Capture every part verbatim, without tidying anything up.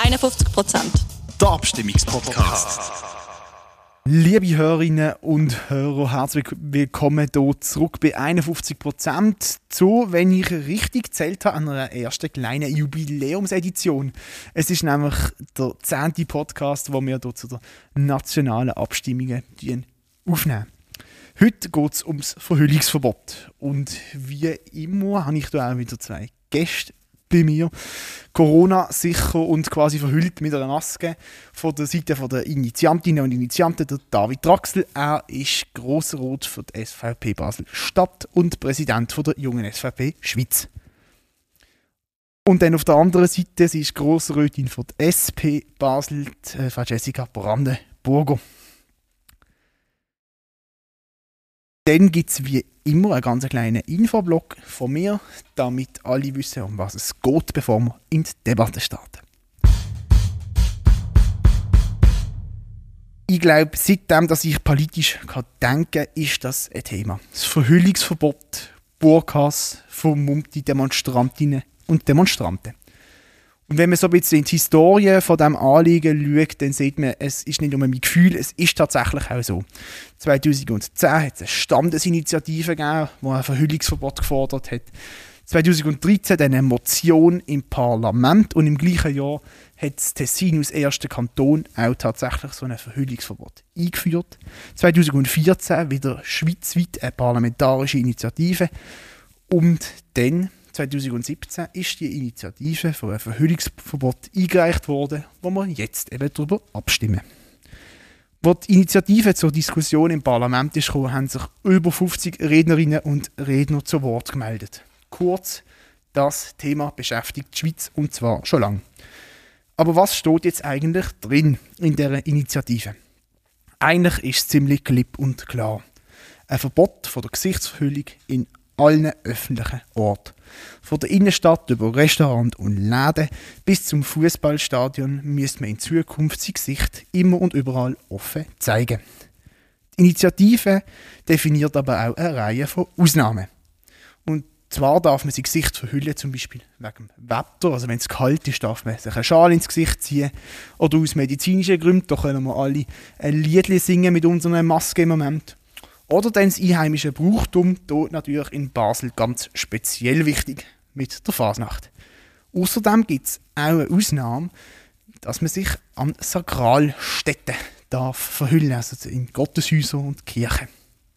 einundfünfzig Prozent. Der Abstimmungspodcast. Liebe Hörerinnen und Hörer, herzlich willkommen hier zurück bei einundfünfzig Prozent zu, wenn ich richtig gezählt habe, an einer ersten kleinen Jubiläumsedition. Es ist nämlich der zehnte Podcast, den wir hier zu den nationalen Abstimmungen aufnehmen. Heute geht es ums Verhüllungsverbot. Und wie immer habe ich hier auch wieder zwei Gäste bei mir. Corona-sicher und quasi verhüllt mit einer Maske von der Seite der Initiantinnen und Initianten, der David Draxl. Er ist Grossrat für die S V P Basel-Stadt und Präsident von der Jungen S V P Schweiz. Und dann auf der anderen Seite, sie ist Grossrätin für die S P Basel, die Frau Jessica Brandenburger. Dann gibt es wie immer einen ganz kleinen Infoblock von mir, damit alle wissen, um was es geht, bevor wir in die Debatte starten. Ich glaube, seitdem dass ich politisch denken kann, ist das ein Thema. Das Verhüllungsverbot, Burkas, vermummte Demonstrantinnen und Demonstranten. Und wenn man so ein bisschen in die Historie von diesem Anliegen schaut, dann sieht man, es ist nicht nur mein Gefühl, es ist tatsächlich auch so. zweitausendzehn hat es eine Standesinitiative gegeben, die ein Verhüllungsverbot gefordert hat. zweitausenddreizehn dann eine Motion im Parlament und im gleichen Jahr hat das Tessin als erster Kanton auch tatsächlich so ein Verhüllungsverbot eingeführt. zweitausendvierzehn wieder schweizweit eine parlamentarische Initiative und dann zweitausendsiebzehn ist die Initiative für ein Verhüllungsverbot eingereicht worden, wo wir jetzt eben darüber abstimmen. Als die Initiative zur Diskussion im Parlament ist gekommen, haben sich über fünfzig Rednerinnen und Redner zu Wort gemeldet. Kurz, das Thema beschäftigt die Schweiz und zwar schon lange. Aber was steht jetzt eigentlich drin in dieser Initiative? Eigentlich ist es ziemlich klipp und klar. Ein Verbot von der Gesichtsverhüllung in allen öffentlichen Orten. Von der Innenstadt über Restaurants und Läden bis zum Fußballstadion müsste man in Zukunft sein Gesicht immer und überall offen zeigen. Die Initiative definiert aber auch eine Reihe von Ausnahmen. Und zwar darf man sein Gesicht verhüllen, zum Beispiel wegen dem Wetter. Also wenn es kalt ist, darf man sich einen Schal ins Gesicht ziehen. Oder aus medizinischen Gründen, da können wir alle ein Liedchen singen mit unserer Maske im Moment. Oder dann das einheimische Brauchtum, hier natürlich in Basel ganz speziell wichtig, mit der Fasnacht. Außerdem gibt es auch eine Ausnahme, dass man sich an Sakralstätten darf verhüllen, also in Gotteshäusern und Kirchen.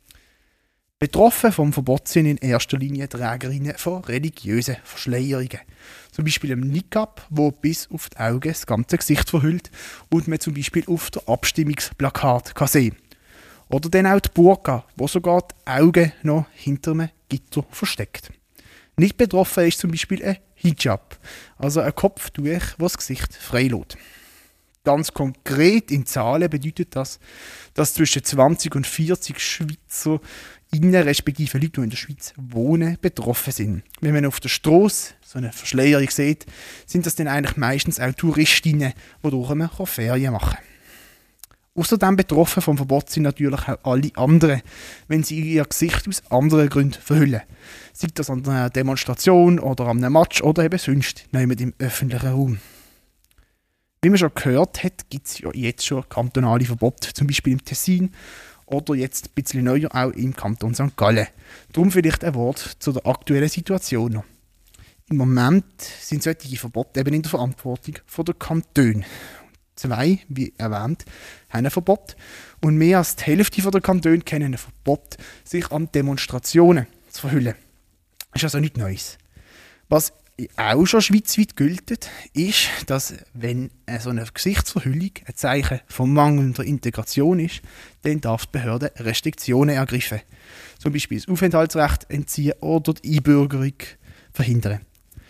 Betroffen vom Verbot sind in erster Linie Trägerinnen von religiösen Verschleierungen. Zum Beispiel im Niqab, wo bis auf die Augen das ganze Gesicht verhüllt und man zum Beispiel auf der Abstimmungsplakat kann sehen. Oder dann auch die Burka, wo sogar die Augen noch hinter einem Gitter versteckt. Nicht betroffen ist zum Beispiel ein Hijab, also ein Kopftuch, das das Gesicht freilässt. Ganz konkret in Zahlen bedeutet das, dass zwischen zwanzig und vierzig Schweizer Innen, respektive Leute, die in der Schweiz wohnen, betroffen sind. Wenn man auf der Strasse so eine Verschleierung sieht, sind das dann eigentlich meistens auch Touristinnen, wodurch man Ferien machen kann. Außerdem betroffen vom Verbot sind natürlich auch alle anderen, wenn sie ihr Gesicht aus anderen Gründen verhüllen. Sei das an einer Demonstration oder an einem Match oder eben sonst nicht im öffentlichen Raum. Wie man schon gehört hat, gibt es ja jetzt schon kantonale Verbote, zum Beispiel im Tessin oder jetzt ein bisschen neuer auch im Kanton Sankt Gallen. Darum vielleicht ein Wort zu der aktuellen Situation noch. Im Moment sind solche Verbote eben in der Verantwortung der Kantone. Zwei, wie erwähnt, haben ein Verbot und mehr als die Hälfte der Kantone kennen ein Verbot, sich an Demonstrationen zu verhüllen. Das ist also nichts Neues. Was auch schon schweizweit gilt, ist, dass wenn so eine Gesichtsverhüllung ein Zeichen von mangelnder Integration ist, dann darf die Behörde Restriktionen ergreifen. Zum Beispiel das Aufenthaltsrecht entziehen oder die Einbürgerung verhindern.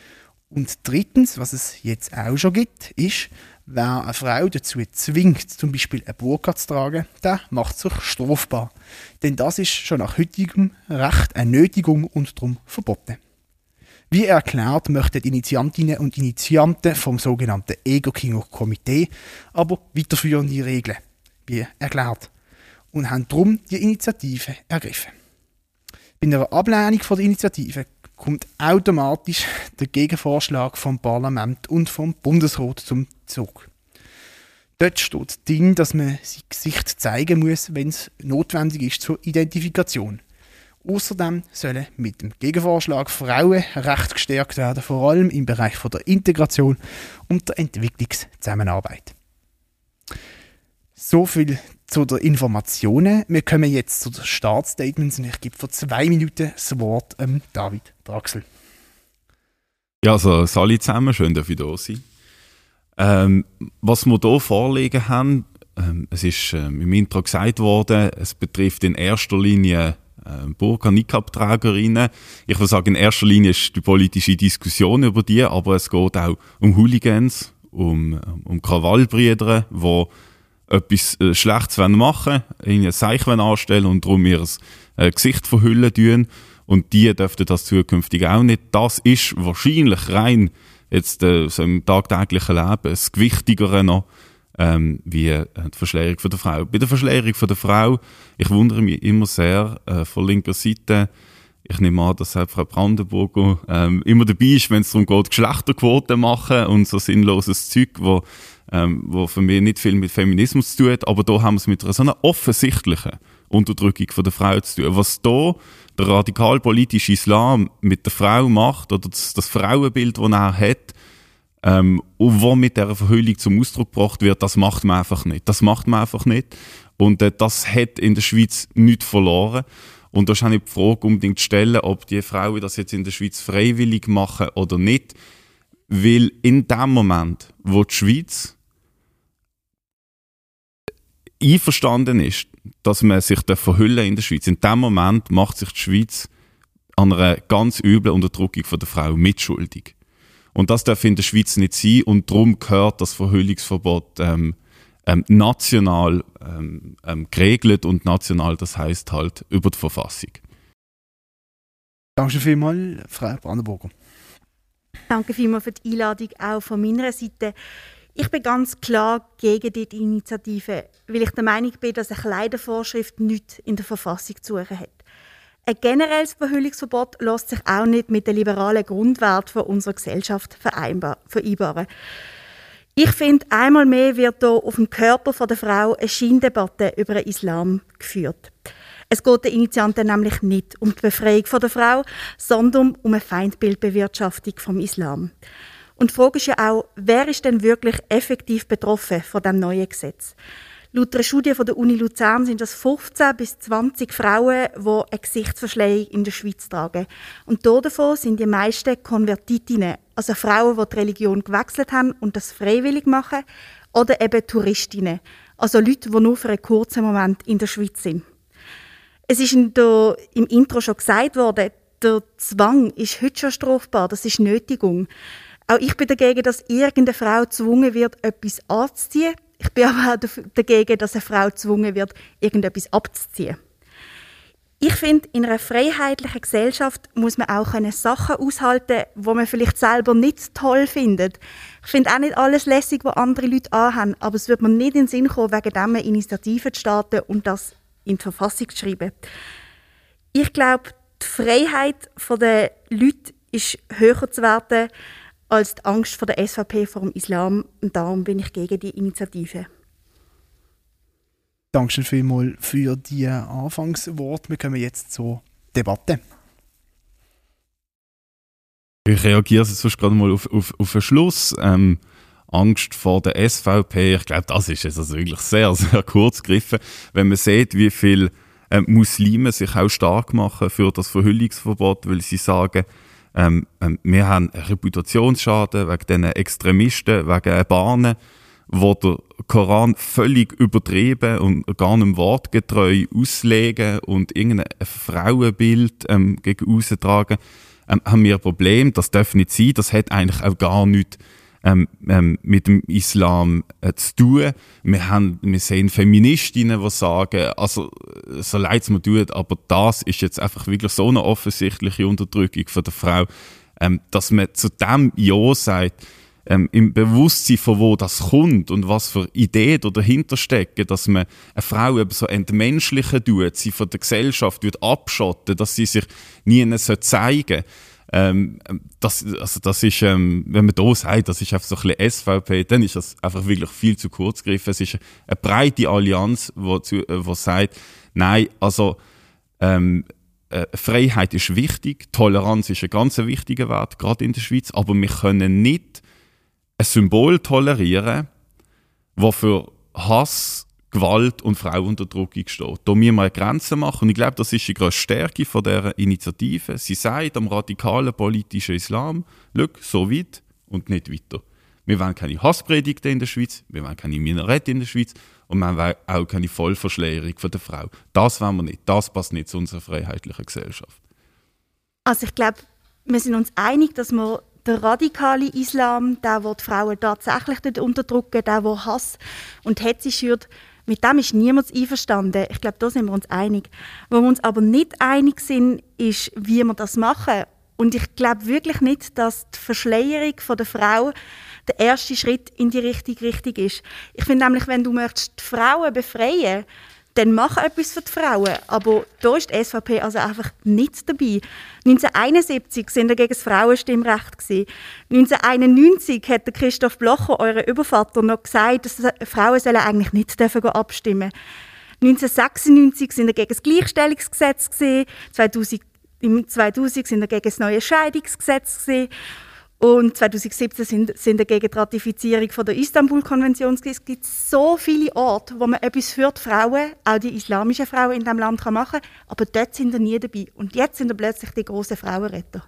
Und drittens, was es jetzt auch schon gibt, ist, wer eine Frau dazu zwingt, zum Beispiel eine Burka zu tragen, der macht sich strafbar. Denn das ist schon nach heutigem Recht eine Nötigung und darum verboten. Wie erklärt, möchten die Initiantinnen und Initianten vom sogenannten Ego-Kino-Komitee aber weiterführende Regeln, wie erklärt, und haben darum die Initiative ergriffen. Bei einer Ablehnung von der Initiative kommt automatisch der Gegenvorschlag vom Parlament und vom Bundesrat zum Zug. Dort steht drin, dass man sein Gesicht zeigen muss, wenn es notwendig ist zur Identifikation. Außerdem sollen mit dem Gegenvorschlag Frauenrechte gestärkt werden, vor allem im Bereich von der Integration und der Entwicklungszusammenarbeit. So viel zu den Informationen. Wir kommen jetzt zu den Startstatements und ich gebe für zwei Minuten das Wort ähm, David Draxl. Ja, also alle zusammen, schön, dass ihr da seid. Ähm, was wir hier vorliegen haben, ähm, es ist ähm, im Intro gesagt worden, es betrifft in erster Linie äh, Burka-Niqab-Trägerinnen. Ich würde sagen, in erster Linie ist die politische Diskussion über die, aber es geht auch um Hooligans, um, um Krawallbrüder, die etwas äh, Schlechtes machen wollen, ein Zeichen anstellen und darum ihr äh, Gesicht verhüllen tun. Und die dürften das zukünftig auch nicht. Das ist wahrscheinlich rein jetzt äh, so im tagtäglichen Leben das Gewichtigere noch, ähm, wie äh, die Verschleierung von der Frau. Bei der Verschleierung von der Frau, ich wundere mich immer sehr äh, von linker Seite, ich nehme an, dass Frau Brandenburger ähm, immer dabei ist, wenn es darum geht, Geschlechterquoten machen und so sinnloses Zeug, wo, ähm, wo für mich nicht viel mit Feminismus zu tun hat, aber da haben wir es mit einer so einer offensichtlichen Unterdrückung von der Frau zu tun. Was da der radikalpolitische Islam mit der Frau macht, oder das, das Frauenbild, das er hat, ähm, und was mit dieser Verhüllung zum Ausdruck gebracht wird, das macht man einfach nicht. Das macht man einfach nicht. Und äh, das hat in der Schweiz nichts verloren. Und da ist auch nicht die Frage unbedingt zu stellen, ob die Frauen das jetzt in der Schweiz freiwillig machen oder nicht. Weil in dem Moment, wo die Schweiz einverstanden ist, dass man sich verhüllen in der Schweiz, in dem Moment macht sich die Schweiz an einer ganz üblen Unterdrückung von der Frau mitschuldig. Und das darf in der Schweiz nicht sein und darum gehört das Verhüllungsverbot ähm, ähm, national ähm, ähm, geregelt und national, das heisst halt über die Verfassung. Danke vielmals, Frau Brandenburger. Danke vielmals für die Einladung auch von meiner Seite. Ich bin ganz klar gegen diese Initiative, weil ich der Meinung bin, dass eine Kleidervorschrift nichts in der Verfassung zu suchen hat. Ein generelles Verhüllungsverbot lässt sich auch nicht mit den liberalen Grundwerten unserer Gesellschaft vereinbaren. Ich finde, einmal mehr wird hier auf dem Körper der Frau eine Scheindebatte über den Islam geführt. Es geht den Initianten nämlich nicht um die Befreiung der Frau, sondern um eine Feindbildbewirtschaftung vom Islam. Und die Frage ist ja auch, wer ist denn wirklich effektiv betroffen von diesem neuen Gesetz? Laut einer Studie von der Uni Luzern sind das fünfzehn bis zwanzig Frauen, die eine Gesichtsverschleierung in der Schweiz tragen. Und davon sind die meisten Konvertitinnen, also Frauen, die die Religion gewechselt haben und das freiwillig machen, oder eben Touristinnen, also Leute, die nur für einen kurzen Moment in der Schweiz sind. Es ist im Intro schon gesagt worden, der Zwang ist heute schon strafbar, das ist Nötigung. Auch ich bin dagegen, dass irgendeine Frau gezwungen wird, etwas anzuziehen. Ich bin aber auch dagegen, dass eine Frau gezwungen wird, irgendetwas abzuziehen. Ich finde, in einer freiheitlichen Gesellschaft muss man auch Sachen aushalten, die man vielleicht selber nicht toll findet. Ich finde auch nicht alles lässig, was andere Leute anhaben, aber es wird mir nicht in den Sinn kommen, wegen dem eine Initiative zu starten und das in die Verfassung zu schreiben. Ich glaube, die Freiheit der Leute ist höher zu werten als die Angst vor der S V P vor dem Islam. Und darum bin ich gegen die Initiative. Danke vielmals für die Anfangsworte. Wir kommen jetzt zur Debatte. Ich reagiere jetzt sonst gerade mal auf, auf, auf den Schluss. Ähm, Angst vor der S V P, ich glaube, das ist jetzt also wirklich sehr, sehr kurz gegriffen. Wenn man sieht, wie viele äh, Muslime sich auch stark machen für das Verhüllungsverbot, weil sie sagen, Ähm, ähm, wir haben einen Reputationsschaden wegen diesen Extremisten, wegen Bahnen, die der Koran völlig übertrieben und gar nicht wortgetreu auslegen und irgendein Frauenbild ähm, gegen austragen, ähm, haben wir ein Problem. Das darf nicht sein. Das hat eigentlich auch gar nichts ähm, ähm, mit dem Islam äh, zu tun. Wir, haben, wir sehen Feministinnen, die sagen, also so leid es mir tut, aber das ist jetzt einfach wirklich so eine offensichtliche Unterdrückung von der Frau, ähm, dass man zu dem Ja sagt, ähm, im Bewusstsein von wo das kommt und was für Ideen dahinter stecken, dass man eine Frau eben so entmenschlichen tut, sie von der Gesellschaft wird abschotten, dass sie sich nie zeigen soll. Ähm, das, also das ist, ähm, wenn man da sagt, das ist einfach so ein bisschen S V P, dann ist das einfach wirklich viel zu kurz gegriffen. Es ist eine breite Allianz, die, zu, äh, die sagt, nein, also ähm, äh, Freiheit ist wichtig, Toleranz ist ein ganz wichtiger Wert, gerade in der Schweiz, aber wir können nicht ein Symbol tolerieren, das für Hass, Gewalt und Frauenunterdrückung steht. Da müssen wir eine Grenze machen. Und ich glaube, das ist die grösste Stärke von dieser Initiative. Sie sagt am radikalen politischen Islam, schau, so weit und nicht weiter. Wir wollen keine Hasspredigten in der Schweiz, wir wollen keine Minarette in der Schweiz und wir wollen auch keine Vollverschleierung von der Frau. Das wollen wir nicht. Das passt nicht zu unserer freiheitlichen Gesellschaft. Also ich glaube, wir sind uns einig, dass wir der radikale Islam, der, der die Frauen tatsächlich unterdrücken, der, der Hass und Hetze schürt, mit dem ist niemand einverstanden. Ich glaube, da sind wir uns einig. Wo wir uns aber nicht einig sind, ist, wie wir das machen. Und ich glaube wirklich nicht, dass die Verschleierung von der Frau der erste Schritt in die richtige Richtung ist. Ich finde nämlich, wenn du möchtest die Frauen befreien, dann mach etwas für die Frauen. Aber da ist die S V P also einfach nicht dabei. neunzehnhunderteinundsiebzig sind wir gegen das Frauenstimmrecht gewesen. neunzehnhunderteinundneunzig hat der Christoph Blocher, euer Übervater, noch gesagt, dass Frauen sollen eigentlich nicht dürfen abstimmen. neunzehnhundertsechsundneunzig sind wir gegen das Gleichstellungsgesetz gewesen. zweitausend, im zweitausend sind wir gegen das neue Scheidungsgesetz gewesen. Und zweitausendsiebzehn sind, sind wir gegen die Ratifizierung von der Istanbul-Konvention. Es gibt so viele Orte, wo man etwas für die Frauen, auch die islamischen Frauen in diesem Land machen kann. Aber dort sind wir nie dabei. Und jetzt sind wir plötzlich die grossen Frauenretter.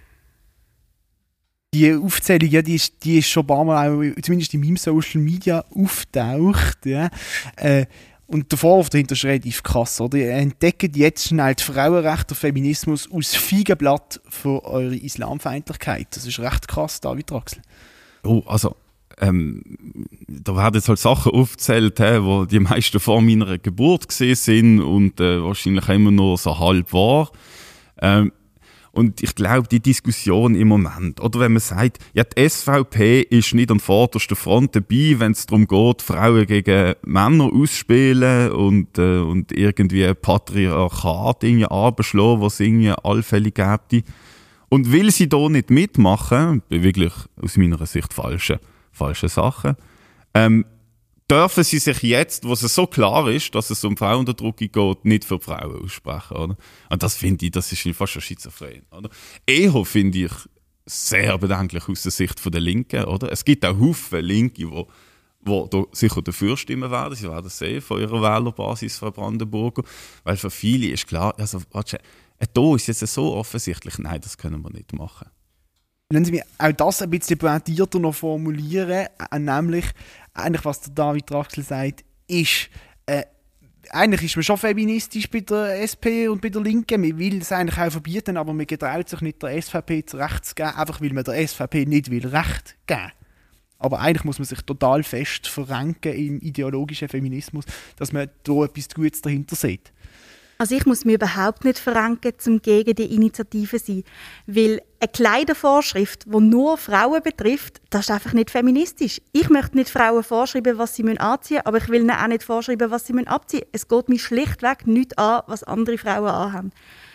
Die Aufzählung, ja, die, ist, die ist schon ein paar Mal auch, zumindest in meinem Social Media, auftaucht. Ja. Äh, Und der Vorwurf dahinter ist relativ krass. Oder? Ihr entdeckt jetzt schnell die Frauenrechte und Feminismus aus Feigenblatt für eure Islamfeindlichkeit. Das ist recht krass, David Draxler. Oh, also, ähm, da werden jetzt halt Sachen aufgezählt, die die meisten vor meiner Geburt gesehen sind und äh, wahrscheinlich immer nur so halb wahr. Ähm, Und ich glaube, die Diskussion im Moment, oder wenn man sagt, ja, die S V P ist nicht an vorderster Front dabei, wenn es darum geht, Frauen gegen Männer ausspielen und, äh, und irgendwie ein Patriarchat irgendwie abschlagen, was es irgendwie allfällig gibt. Und will sie da nicht mitmachen, wirklich aus meiner Sicht falsche, falsche Sachen, ähm, dürfen sie sich jetzt, wo es so klar ist, dass es um Frauenunterdrückung geht, nicht für Frauen aussprechen. Oder? Und das finde ich, das ist fast schon schizophren. Oder? Eher finde ich sehr bedenklich aus der Sicht der Linken. Oder? Es gibt auch Haufen Linke, die wo da sicher dafür stimmen werden. Sie werden es sehen von ihrer Wählerbasis, Frau Brandenburger. Weil für viele ist klar, also, warte, da ist jetzt so offensichtlich, nein, das können wir nicht machen. Lassen Sie mich auch das ein bisschen pointierter noch formulieren, äh, nämlich, eigentlich was der David Draxler sagt, ist, äh, eigentlich ist man schon feministisch bei der S P und bei der Linken, man will es eigentlich auch verbieten, aber man getraut sich nicht, der S V P zu Recht zu geben, einfach weil man der S V P nicht will Recht geben. Aber eigentlich muss man sich total fest verrenken im ideologischen Feminismus, dass man da etwas Gutes dahinter sieht. Also ich muss mich überhaupt nicht verrenken, um gegen die Initiative zu sein. Weil eine Kleidervorschrift, die nur Frauen betrifft, das ist einfach nicht feministisch. Ich möchte nicht Frauen vorschreiben, was sie anziehen müssen, aber ich will ihnen auch nicht vorschreiben, was sie abziehen müssen. Es geht mich schlichtweg nicht an, was andere Frauen anhaben.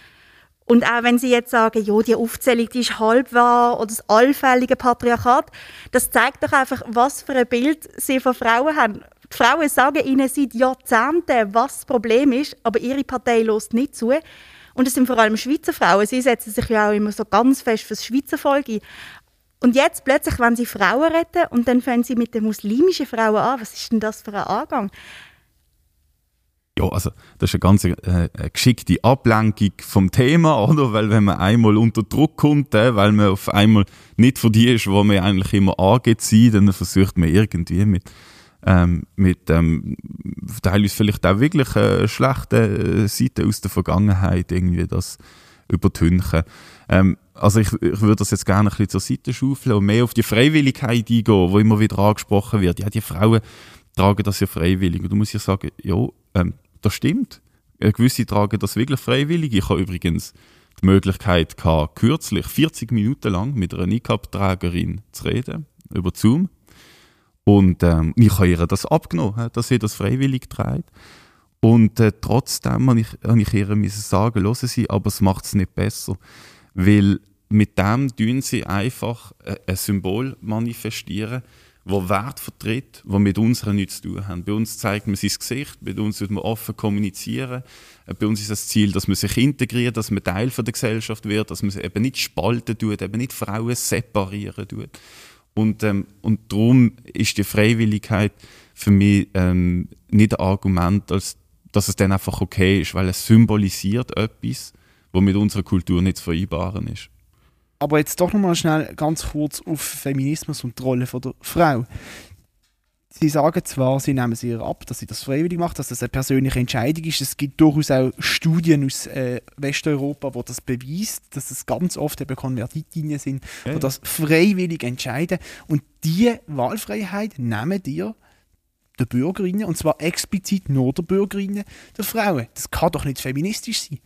Und auch wenn sie jetzt sagen, ja, die Aufzählung die ist halb wahr oder das allfällige Patriarchat, das zeigt doch einfach, was für ein Bild sie von Frauen haben. Die Frauen sagen ihnen seit Jahrzehnten, was das Problem ist, aber ihre Partei lässt nicht zu. Und es sind vor allem Schweizer Frauen. Sie setzen sich ja auch immer so ganz fest für das Schweizer Volk ein. Und jetzt plötzlich wollen sie Frauen retten und dann fangen sie mit den muslimischen Frauen an. Was ist denn das für ein Angang? Ja, also das ist eine ganz äh, eine geschickte Ablenkung vom Thema, oder? Weil wenn man einmal unter Druck kommt, äh, weil man auf einmal nicht für die ist, wo man eigentlich immer angeht, dann versucht man irgendwie mit ähm, mit ähm, teilweise vielleicht auch wirklich äh, schlechten äh, Seiten aus der Vergangenheit irgendwie das übertünchen. Ähm, also ich, ich würde das jetzt gerne ein bisschen zur Seite schaufeln und mehr auf die Freiwilligkeit eingehen, wo immer wieder angesprochen wird. Ja, die Frauen tragen das ja freiwillig. Und du musst ja sagen, ja, ähm, das stimmt. Gewisse tragen das wirklich freiwillig. Ich habe übrigens die Möglichkeit gehabt, kürzlich vierzig Minuten lang mit einer Niqab-Trägerin zu reden, über Zoom. Und ähm, ich habe ihr das abgenommen, dass sie das freiwillig trägt. Und äh, trotzdem habe ich, habe ich ihr sagen, hören Sie, aber es macht es nicht besser. Weil mit dem tun sie einfach ein Symbol manifestieren, das Wert vertritt, die mit unseren nichts zu tun haben. Bei uns zeigt man sein Gesicht, bei uns wird man offen kommunizieren. Bei uns ist das Ziel, dass man sich integriert, dass man Teil von der Gesellschaft wird, dass man sich eben nicht spalten tut, eben nicht Frauen separieren tut. Und, ähm, und darum ist die Freiwilligkeit für mich ähm, nicht ein Argument, als, dass es dann einfach okay ist, weil es symbolisiert etwas, was mit unserer Kultur nicht zu vereinbaren ist. Aber jetzt doch nochmal schnell ganz kurz auf Feminismus und die Rolle von der Frau. Sie sagen zwar, sie nehmen es ihr ab, dass sie das freiwillig macht, dass das eine persönliche Entscheidung ist. Es gibt durchaus auch Studien aus äh, Westeuropa, wo das beweist, dass es ganz oft eben Konvertitinnen sind, die ja. das freiwillig entscheiden. Und diese Wahlfreiheit nehmen dir der Bürgerinnen, und zwar explizit nur der Bürgerinnen, der Frauen. Das kann doch nicht feministisch sein.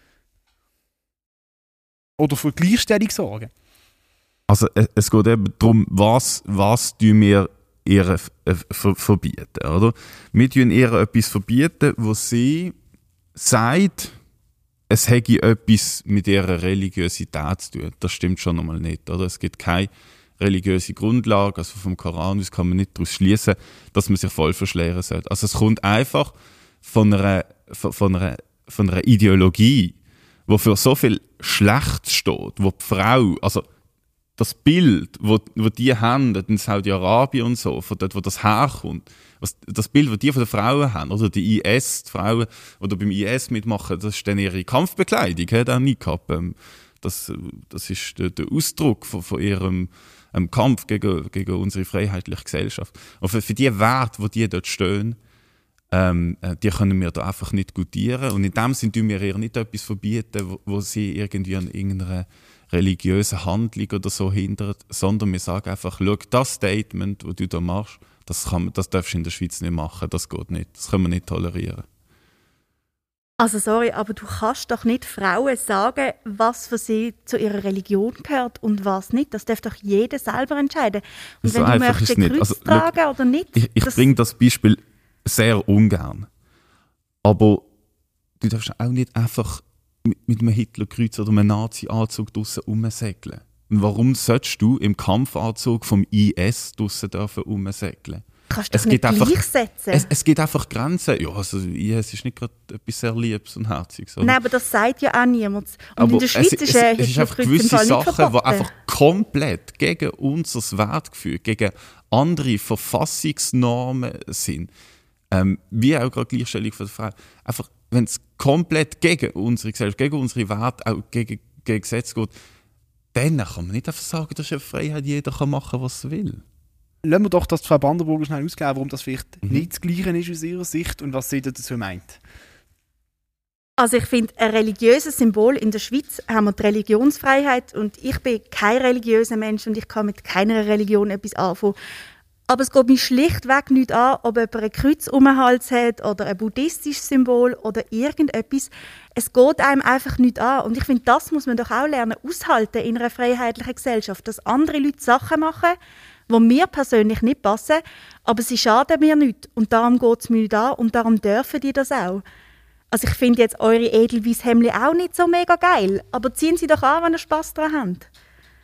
Oder für Gleichstellung sorgen. Also es geht eben darum, was, was wir ihr verbieten, oder? Wir tun ihr etwas verbieten, wo sie sagt, es hätte etwas mit ihrer Religiosität zu tun. Das stimmt schon einmal nicht, oder? Es gibt keine religiöse Grundlage, also vom Koran aus kann man nicht daraus schließen, dass man sich voll verschleiern sollte. Also es kommt einfach von einer, von einer, von einer Ideologie, wo für so viel Schlechtes steht, wo die Frau, also das Bild, wo, wo die haben in Saudi-Arabien und so, von dort, wo das herkommt, was, das Bild, das die von den Frauen haben, oder die I S, die Frauen, die beim I S mitmachen, das ist dann ihre Kampfbekleidung, he, der Niqab. Das, das ist der, der Ausdruck von, von ihrem ähm, Kampf gegen, gegen unsere freiheitliche Gesellschaft. Und für, für die Werte, die die dort stehen, Ähm, die können wir da einfach nicht gutieren. Und in dem Sinne tun wir ihr nicht etwas verbieten, wo, wo sie irgendwie an irgendeiner religiösen Handlung oder so hindert, sondern wir sagen einfach, schau, das Statement, das du da machst, das, kann, das darfst du in der Schweiz nicht machen, das geht nicht, das können wir nicht tolerieren. Also sorry, aber du kannst doch nicht Frauen sagen, was für sie zu ihrer Religion gehört und was nicht. Das darf doch jeder selber entscheiden. Und so wenn du möchtest ein Kreuz also, tragen look, oder nicht. Ich, ich bringe das Beispiel sehr ungern. Aber du darfst auch nicht einfach mit, mit einem Hitlerkreuz oder einem Nazi-Anzug draussen rumsegeln. Und warum solltest du im Kampfanzug vom I S draussen rumsegeln? Kannst du es nicht gleichsetzen? Es, es gibt einfach Grenzen. Ja, also I S ist nicht gerade etwas sehr Liebes und Herziges. Oder? Nein, aber das sagt ja auch niemand. Und aber in der Schweiz es, ist ein es, es ist einfach gewisse Sachen, die einfach komplett gegen unser Wertgefühl, gegen andere Verfassungsnormen sind. Ähm, wie auch gerade Gleichstellung von der Frau. Einfach, wenn es komplett gegen unsere Gesellschaft, gegen unsere Werte, auch gegen, gegen Gesetze geht, dann kann man nicht einfach sagen, das ist eine Freiheit, jeder kann machen, was er will. Lassen wir doch das Frau Brandenburger schnell ausgeben, warum das vielleicht Mhm. nicht das Gleiche ist aus ihrer Sicht und was sie dazu meint. Also ich finde, ein religiöses Symbol in der Schweiz haben wir die Religionsfreiheit und ich bin kein religiöser Mensch und ich kann mit keiner Religion etwas anfangen. Aber es geht mich schlichtweg nicht an, ob jemand ein Kreuz um den Hals hat oder ein buddhistisches Symbol oder irgendetwas. Es geht einem einfach nicht an. Und ich finde, das muss man doch auch lernen, aushalten in einer freiheitlichen Gesellschaft. Dass andere Leute Sachen machen, die mir persönlich nicht passen, aber sie schaden mir nicht. Und darum geht es mir nicht an und darum dürfen die das auch. Also ich finde jetzt eure Edelweiss-Hemdli auch nicht so mega geil, aber ziehen sie doch an, wenn ihr Spass daran habt.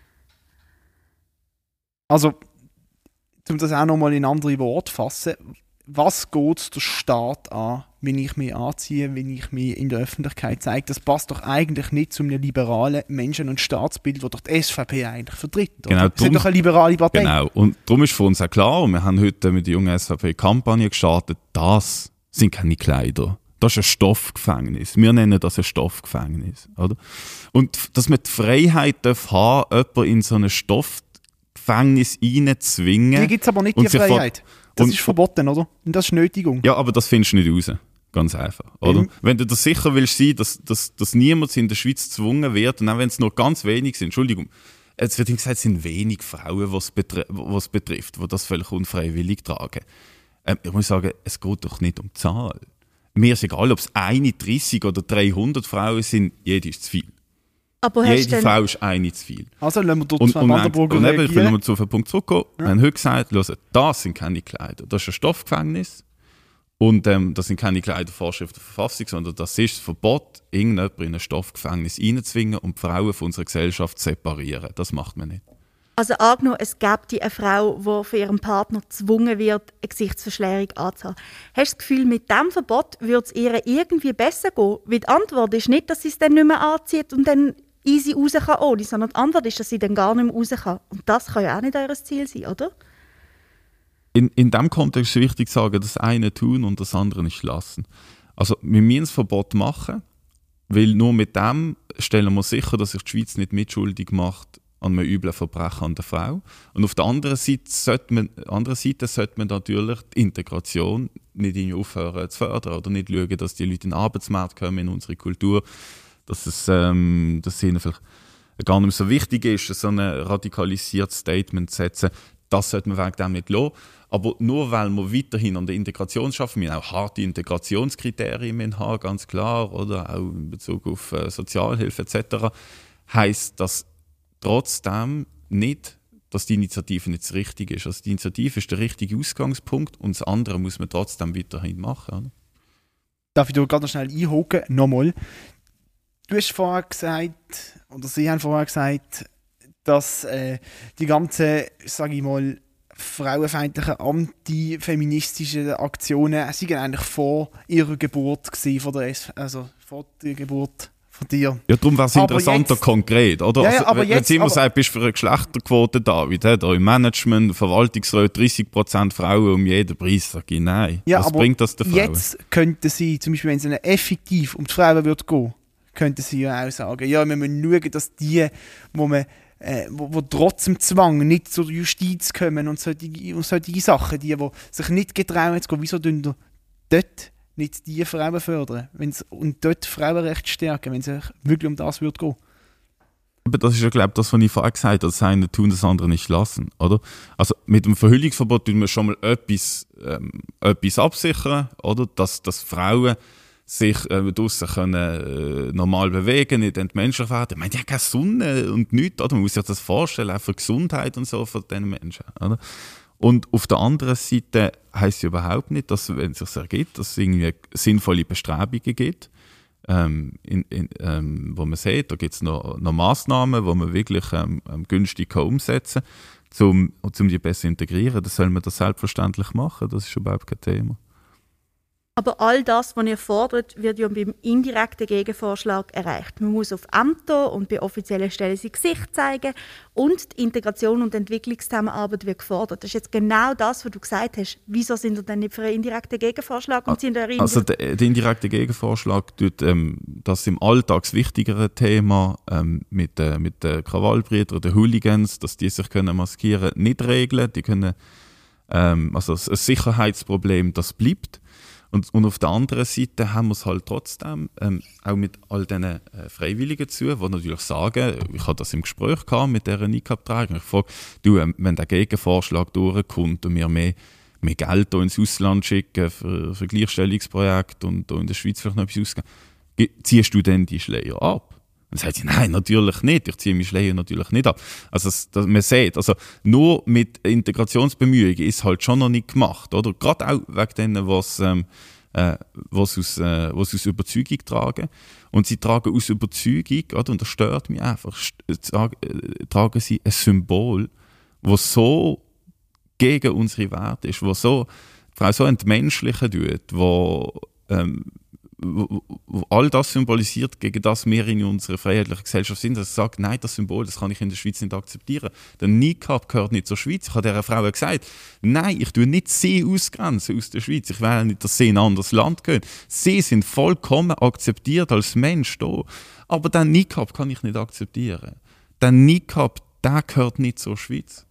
Also, um das auch nochmal in andere Worte zu fassen, was geht es der Staat an, wenn ich mich anziehe, wenn ich mich in der Öffentlichkeit zeige? Das passt doch eigentlich nicht zu einem liberalen Menschen- und Staatsbild, das doch die S V P eigentlich vertritt. Oder? Genau, das ist doch eine liberale Partei. Genau, und darum ist für uns auch klar, wir haben heute mit der jungen S V P-Kampagne gestartet, das sind keine Kleider. Das ist ein Stoffgefängnis. Wir nennen das ein Stoffgefängnis. Oder? Und dass man die Freiheit darf haben, jemanden in so ein Stoffgefängnis reinzwingen. Die gibt es aber nicht, die Freiheit. Das und, ist verboten, oder? Und das ist Nötigung. Ja, aber das findest du nicht raus. Ganz einfach. Oder? Mhm. Wenn du dir sicher willst sein, dass, dass, dass niemand in der Schweiz gezwungen wird, und auch wenn es nur ganz wenig sind, Entschuldigung, es wird gesagt, es sind wenig Frauen, was betri- was betrifft, die das völlig unfreiwillig tragen. Ähm, ich muss sagen, es geht doch nicht um die Zahl. Mir ist egal, ob es eine, dreißig oder dreihundert Frauen sind, jede ist zu viel. Aber Jede Frau ist eine zu viel. Also lassen wir dort und, zwei und, Wanderburger und eben, ich will nochmal zu auf den Punkt zurückkommen. Ja. Wir haben heute gesagt, hört, das sind keine Kleider. Das ist ein Stoffgefängnis. Und ähm, das sind keine Kleidervorschriften der Verfassung, sondern das ist das Verbot, irgendjemanden in ein Stoffgefängnis reinzuzwingen und die Frauen von unserer Gesellschaft zu separieren. Das macht man nicht. Also angenommen, es gäbe eine Frau, die von ihrem Partner gezwungen wird, eine Gesichtsverschleierung anzuhaben. Hast du das Gefühl, mit diesem Verbot würde es ihr irgendwie besser gehen? Weil die Antwort ist nicht, dass sie es dann nicht mehr anzieht und dann easy raus kann ohne, sondern die Antwort ist, dass sie dann gar nicht mehr raus kann. Und das kann ja auch nicht euer Ziel sein, oder? In, in diesem Kontext ist wichtig zu sagen, das eine tun und das andere nicht lassen. Also wir müssen das Verbot machen, weil nur mit dem stellen wir sicher, dass sich die Schweiz nicht mitschuldig macht an einem üblen Verbrechen an der Frau. Und auf der anderen Seite sollte man, anderen Seite sollte man natürlich die Integration nicht aufhören zu fördern oder nicht schauen, dass die Leute in den Arbeitsmarkt kommen, in unsere Kultur, dass es ähm, dass ihnen vielleicht gar nicht mehr so wichtig ist, so ein radikalisiertes Statement zu setzen. Das sollte man wegen dem nicht lassen. Aber nur weil wir weiterhin an der Integration schaffen, wir auch harte Integrationskriterien haben, ganz klar, oder auch in Bezug auf äh, Sozialhilfe et cetera, heisst das trotzdem nicht, dass die Initiative nicht das Richtige ist. Also die Initiative ist der richtige Ausgangspunkt und das andere muss man trotzdem weiterhin machen. Oder? Darf ich da gerade noch schnell einhaken? Nochmal. Du hast vorher gesagt, oder Sie haben vorher gesagt, dass äh, die ganzen, sage ich mal, frauenfeindlichen, antifeministischen Aktionen sind eigentlich vor ihrer Geburt gewesen, vor der, also vor der Geburt von dir. Ja, darum wäre es interessanter jetzt, konkret, oder? Ja, ja, also, aber wenn jetzt, du immer aber, sagst, bist du für eine Geschlechterquote, David, he? Da im Management, Verwaltungsrat, dreißig Prozent Frauen um jeden Preis, sage ich nein. Ja, Was aber bringt das den Frauen? Jetzt könnten sie, zum Beispiel wenn es ihnen effektiv um die Frauen würde gehen, könnten sie ja auch sagen, ja, wir müssen schauen, dass die, wo man Äh, wo, wo trotz dem Zwang nicht zur Justiz kommen und solche, und solche Sachen, die, die sich nicht getrauen zu gehen, wieso tun wir dort nicht die Frauen fördern wenn's, und dort Frauenrechte stärken, wenn es wirklich um das würde gehen? Aber das ist ja, glaube ich, das, was ich vorher gesagt habe, das eine tun, das andere nicht lassen, oder? Also mit dem Verhüllungsverbot tun wir schon mal etwas, ähm, etwas absichern, oder? Dass, dass Frauen sich äh, draussen können äh, normal bewegen, nicht entmenschlich werden. Ich meine, die haben keine Sonne und nichts, oder? Man muss sich das vorstellen, auch für die Gesundheit und so von diesen Menschen, oder? Und auf der anderen Seite heisst es überhaupt nicht, dass, wenn es sich ergibt, dass es irgendwie sinnvolle Bestrebungen gibt, ähm, in, in, ähm, wo man sieht, da gibt es noch, noch Massnahmen, die man wirklich ähm, günstig kann umsetzen kann, um, um die besser zu integrieren. Dann soll man das selbstverständlich machen, das ist überhaupt kein Thema. Aber all das, was ihr fordert, wird ja beim indirekten Gegenvorschlag erreicht. Man muss auf Ämter und bei offiziellen Stellen sein Gesicht zeigen und die Integration und Entwicklungszusammenarbeit wird gefordert. Das ist jetzt genau das, was du gesagt hast. Wieso sind ihr denn nicht für einen indirekten Gegenvorschlag? Und sind also der, der indirekte Gegenvorschlag tut ähm, das im Alltag wichtigere Thema ähm, mit, äh, mit den Krawallbrüdern, den Hooligans, dass die sich können maskieren können, nicht regeln. Die können, ähm, also ein Sicherheitsproblem, das bleibt. Und, und auf der anderen Seite haben wir es halt trotzdem ähm, auch mit all diesen äh, Freiwilligen zu, die natürlich sagen, ich habe das im Gespräch gehabt mit dieser Niqab-Träger, ich frage, du, ähm, wenn der Gegenvorschlag durchkommt und wir mehr, mehr Geld ins Ausland schicken für, für Gleichstellungsprojekte und in der Schweiz vielleicht noch etwas ausgeben, ziehst du denn die Schleier ab? Dann sagt sie, nein, natürlich nicht. Ich ziehe meine Schleier natürlich nicht ab. Also das, das, man sieht, also nur mit Integrationsbemühungen ist halt schon noch nicht gemacht, oder? Gerade auch wegen denen, was, ähm, äh, was, aus, äh, was aus Überzeugung tragen. Und sie tragen aus Überzeugung, oder? Und das stört mich einfach, tragen sie ein Symbol, das so gegen unsere Werte ist, das so, Frau so entmenschlichen tut, wo ähm, Wo, wo all das symbolisiert, gegen das wir in unserer freiheitlichen Gesellschaft sind, dass sie sagt, nein, das Symbol, das kann ich in der Schweiz nicht akzeptieren. Der Niqab gehört nicht zur Schweiz. Ich habe dieser Frau gesagt, nein, ich tue nicht sie ausgrenzen aus der Schweiz. Ich will nicht, dass sie in ein anderes Land gehen. Sie sind vollkommen akzeptiert als Mensch hier. Aber den Niqab kann ich nicht akzeptieren. Der Niqab, der gehört nicht zur Schweiz.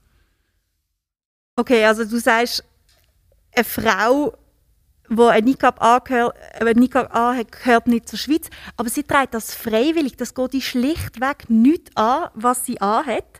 Okay, also du sagst, eine Frau, die ein Niqab angehört, ein Niqab anhat, gehört nicht zur Schweiz, aber sie trägt das freiwillig. Das geht ihr schlichtweg nicht an, was sie anhat.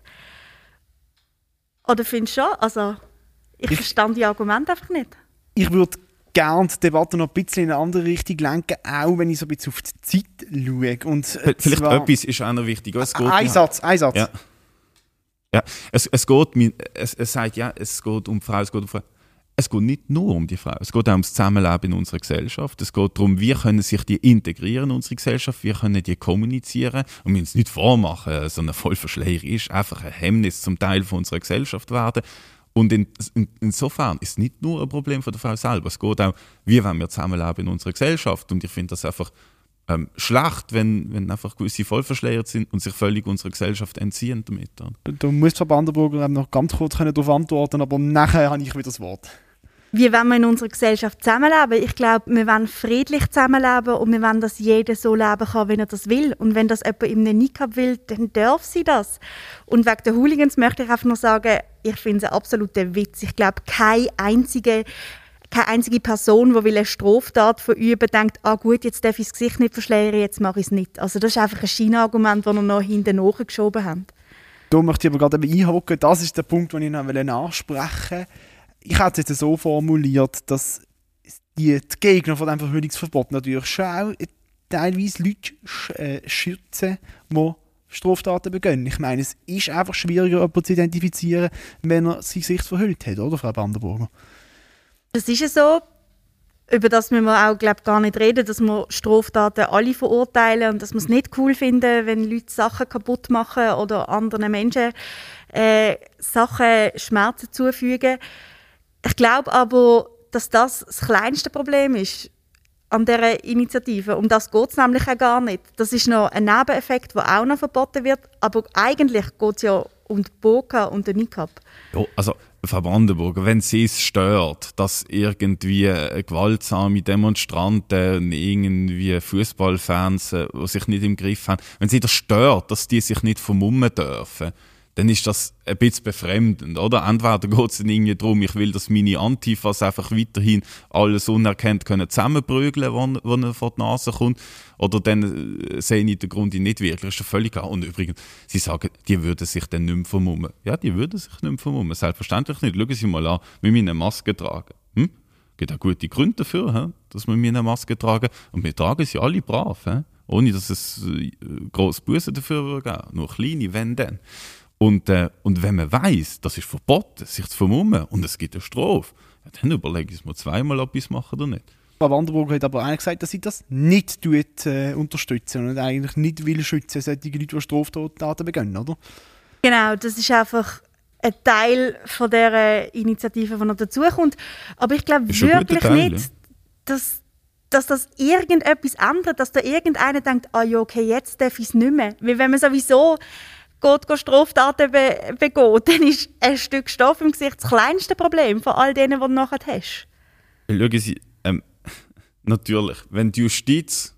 Oder findest du schon? Also, ich, ich verstehe die Argumente einfach nicht. Ich würde gerne die Debatte noch ein bisschen in eine andere Richtung lenken, auch wenn ich so ein bisschen auf die Zeit schaue. Und Vielleicht etwas ist auch noch wichtig. Es geht, ein Satz, ein Satz. Ja. Ja, es, es, geht, es, es sagt ja, es geht um Frauen, es geht um Frauen. es geht nicht nur um die Frau, es geht auch ums Zusammenleben in unserer Gesellschaft. Es geht darum, wie können sich die integrieren in unsere Gesellschaft, wie können die kommunizieren. Und wir uns nicht vormachen, so eine Vollverschleierung ist einfach ein Hemmnis zum Teil von unserer Gesellschaft werden. Und in, in, insofern ist es nicht nur ein Problem von der Frau selber, es geht auch, wie wollen wir zusammenleben in unserer Gesellschaft. Und ich finde das einfach ähm, schlecht, wenn, wenn einfach gewisse vollverschleiert sind und sich völlig unserer Gesellschaft entziehen damit. Da muss Frau Brandenburger noch ganz kurz darauf antworten, aber nachher habe ich wieder das Wort. Wie wollen wir in unserer Gesellschaft zusammenleben? Ich glaube, wir wollen friedlich zusammenleben und wir wollen, dass jeder so leben kann, wenn er das will. Und wenn das jemand in einem Niqab will, dann darf sie das. Und wegen der Hooligans möchte ich einfach noch sagen, ich finde es ein absoluter Witz. Ich glaube, keine einzige, keine einzige Person, die eine Straftat verüben, denkt, ah gut, jetzt darf ich das Gesicht nicht verschleiern, jetzt mache ich es nicht. Also das ist einfach ein Scheinargument, das wir noch hinten nachgeschoben haben. Da möchte ich aber gerade einhaken. Das ist der Punkt, den ich noch ansprechen wollte. Ich habe es jetzt so formuliert, dass die, die Gegner von diesem Verhüllungsverbot natürlich schon auch teilweise Leute sch, äh, schützen, die Straftaten begehen. Ich meine, es ist einfach schwieriger, jemanden zu identifizieren, wenn er sein Gesicht verhüllt hat, oder, Frau Brandenburger? Das ist ja so. Über das müssen wir auch, glaub, gar nicht reden, dass wir Straftaten alle verurteilen und dass wir es nicht cool finden, wenn Leute Sachen kaputt machen oder anderen Menschen äh, Sachen Schmerzen zufügen. Ich glaube aber, dass das das kleinste Problem ist an dieser Initiative. Um das geht es nämlich auch gar nicht. Das ist noch ein Nebeneffekt, der auch noch verboten wird. Aber eigentlich geht es ja um die Burka und den Niqab. Ja, also Frau Brandenburger, wenn sie es stört, dass irgendwie gewaltsame Demonstranten, irgendwie Fußballfans, die sich nicht im Griff haben, wenn sie das stört, dass die sich nicht vermummen dürfen, dann ist das ein bisschen befremdend, oder? Entweder geht es dann irgendwie darum, ich will, dass meine Antifas einfach weiterhin alles unerkannt können zusammenprügeln, wenn, wenn er vor die Nase kommt, oder dann äh, sehe ich den Grund nicht wirklich, das ist ja völlig klar. Und übrigens, sie sagen, die würden sich dann nicht mehr vermummen. Ja, die würden sich nicht mehr vermummen, selbstverständlich nicht. Schauen Sie mal an, wir müssen eine Maske tragen. Hm? Es gibt auch gute Gründe dafür, he? Dass wir eine Maske tragen. Und wir tragen sie alle brav, he? Ohne dass es äh, grosse Bussen dafür geben. Nur kleine, wenn dann. Und, äh, und wenn man weiss, das ist verboten, sich zu vermummen und es gibt eine Strafe, ja, dann überlege ich es mir zweimal, ob ich es mache oder nicht. Frau Brandenburger hat aber auch gesagt, dass sie das nicht tut, äh, unterstützen und eigentlich nicht will schützen, solche Leute, die Straftaten begehen, oder? Genau, das ist einfach ein Teil von dieser Initiative, die noch dazukommt. Aber ich glaube wirklich Teil, nicht, ja. dass, dass das irgendetwas ändert, dass da irgendeiner denkt, ah ja, okay, jetzt darf ich es nicht mehr. Weil wenn man sowieso geht, geht Straftaten be- begeht, dann ist ein Stück Stoff im Gesicht das kleinste Problem von all denen, die du nachher hast. Schauen Sie, ähm, natürlich, wenn die Justiz,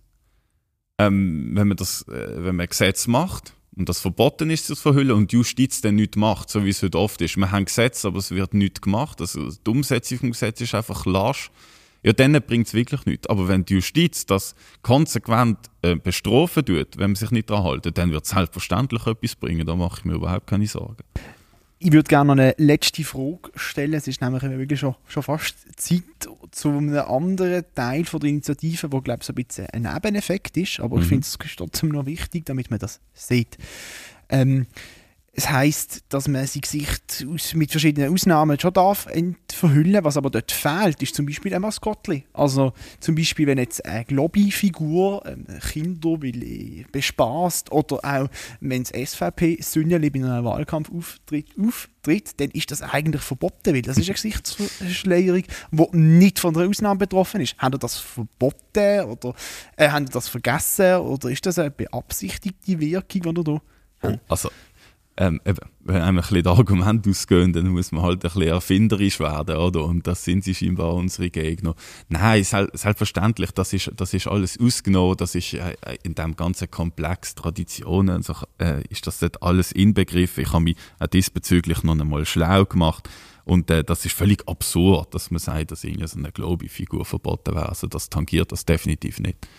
ähm, wenn man das, äh, wenn man ein Gesetz macht und das verboten ist, das zu verhüllen, und die Justiz dann nichts macht, so wie es heute oft ist, wir haben Gesetze, aber es wird nichts gemacht, also die Umsetzung vom Gesetz ist einfach lasch, ja, dann bringt es wirklich nichts. Aber wenn die Justiz das konsequent äh, bestrafen tut, wenn man sich nicht daran hält, dann wird es selbstverständlich etwas bringen. Da mache ich mir überhaupt keine Sorgen. Ich würde gerne noch eine letzte Frage stellen. Es ist nämlich wirklich schon, schon fast Zeit zu einem anderen Teil von der Initiative, wo, glaube ich, so ein bisschen ein Nebeneffekt ist. Aber mhm. ich finde es trotzdem noch wichtig, damit man das sieht. Ähm, Es heisst, dass man sein Gesicht aus, mit verschiedenen Ausnahmen schon darf verhüllen. Was aber dort fehlt, ist zum Beispiel ein Maskottli. Also zum Beispiel, wenn jetzt eine Globi-Figur ähm, Kinder will, bespaßt oder auch wenn das S V P-Sünneli bei einem Wahlkampf auftritt, auftritt, dann ist das eigentlich verboten, weil das ist eine Gesichtsverschleierung, die nicht von der Ausnahme betroffen ist. Haben Sie das verboten oder äh, haben Sie das vergessen oder ist das eine beabsichtigte Wirkung, die da oh, also Ähm, eben, wenn einem ein bisschen das Argument ausgehen, dann muss man halt ein bisschen erfinderisch werden, oder? Und das sind sie scheinbar unsere Gegner. Nein, selbstverständlich, das ist, das ist alles ausgenommen, das ist äh, in diesem ganzen Komplex Traditionen, so, äh, ist das dort alles inbegriffen. Ich habe mich auch diesbezüglich noch einmal schlau gemacht. Und äh, das ist völlig absurd, dass man sagt, dass irgendwie so eine Globi-Figur verboten wäre. Also das tangiert das definitiv nicht.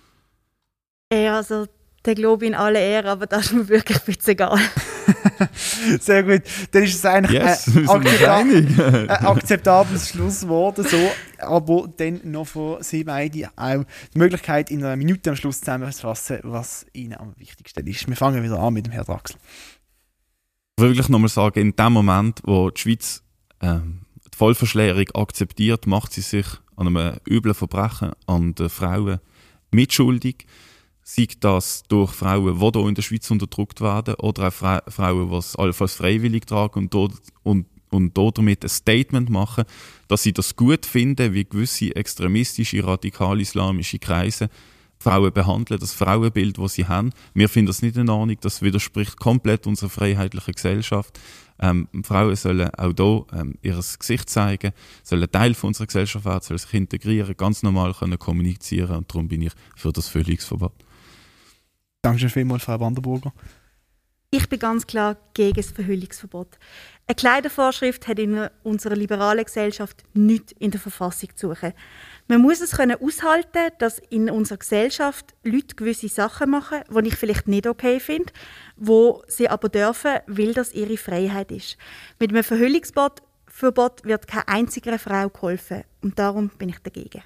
Ja, also der Globi in aller Ehre, aber das ist mir wirklich ein bisschen egal. Sehr gut. Dann ist es eigentlich yes, ein, akzepta- ein akzeptables Schlusswort. So. Aber dann noch von Sie beiden auch die Möglichkeit, in einer Minute am Schluss zusammenzufassen, was Ihnen am wichtigsten ist. Wir fangen wieder an mit dem Herrn Draxler. Ich will wirklich nochmal sagen, in dem Moment, wo die Schweiz ähm, die Vollverschlärung akzeptiert, macht sie sich an einem üblen Verbrechen an den Frauen mitschuldig. Sei das durch Frauen, die hier in der Schweiz unterdrückt werden, oder auch Fra- Frauen, die es allenfalls freiwillig tragen und, dort, und, und dort damit ein Statement machen, dass sie das gut finden, wie gewisse extremistische, radikal-islamische Kreise Frauen behandeln, das Frauenbild, das sie haben. Wir finden das nicht in Ordnung, das widerspricht komplett unserer freiheitlichen Gesellschaft. Ähm, Frauen sollen auch hier ähm, ihr Gesicht zeigen, sollen Teil von unserer Gesellschaft werden, sollen sich integrieren, ganz normal können kommunizieren, und darum bin ich für das Völligungsverbot. Dankeschön vielmals, Frau Wanderburger. Ich bin ganz klar gegen das Verhüllungsverbot. Eine Kleidervorschrift hat in unserer liberalen Gesellschaft nichts in der Verfassung zu suchen. Man muss es können aushalten, dass in unserer Gesellschaft Leute gewisse Sachen machen, die ich vielleicht nicht okay finde, wo sie aber dürfen, weil das ihre Freiheit ist. Mit einem Verhüllungsverbot Verbot wird keine einzige Frau geholfen, und darum bin ich dagegen.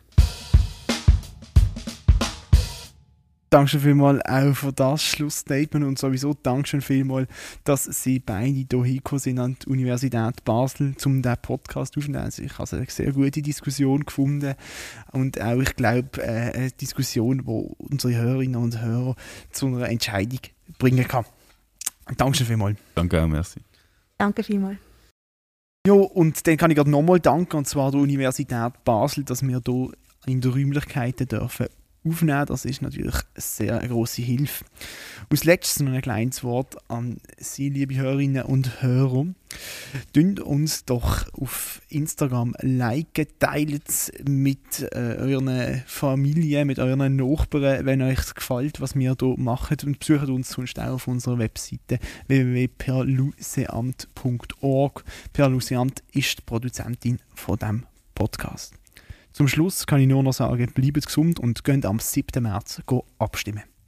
Dankeschön vielmals auch für das Schlussstatement und sowieso Dankeschön vielmals, dass Sie beide hier hingekommen sind an die Universität Basel, um diesen Podcast aufzunehmen. Also ich habe eine sehr gute Diskussion gefunden und auch, ich glaube, eine Diskussion, die unsere Hörerinnen und Hörer zu einer Entscheidung bringen kann. Dankeschön vielmals. Danke auch, merci. Danke vielmals. Ja, und dann kann ich gerade nochmal danken, und zwar der Universität Basel, dass wir hier in den Räumlichkeiten dürfen aufnehmen. Das ist natürlich eine sehr grosse Hilfe. Als letztes noch ein kleines Wort an Sie, liebe Hörerinnen und Hörer. Dünnt uns doch auf Instagram liken, teilt es mit äh, euren Familien, mit euren Nachbarn, wenn euch es gefällt, was wir hier machen, und besucht uns sonst auch auf unserer Webseite w w w punkt perluseamt punkt org. Perluseamt ist die Produzentin von diesem Podcast. Zum Schluss kann ich nur noch sagen, bleibt gesund und geht am siebten März abstimmen.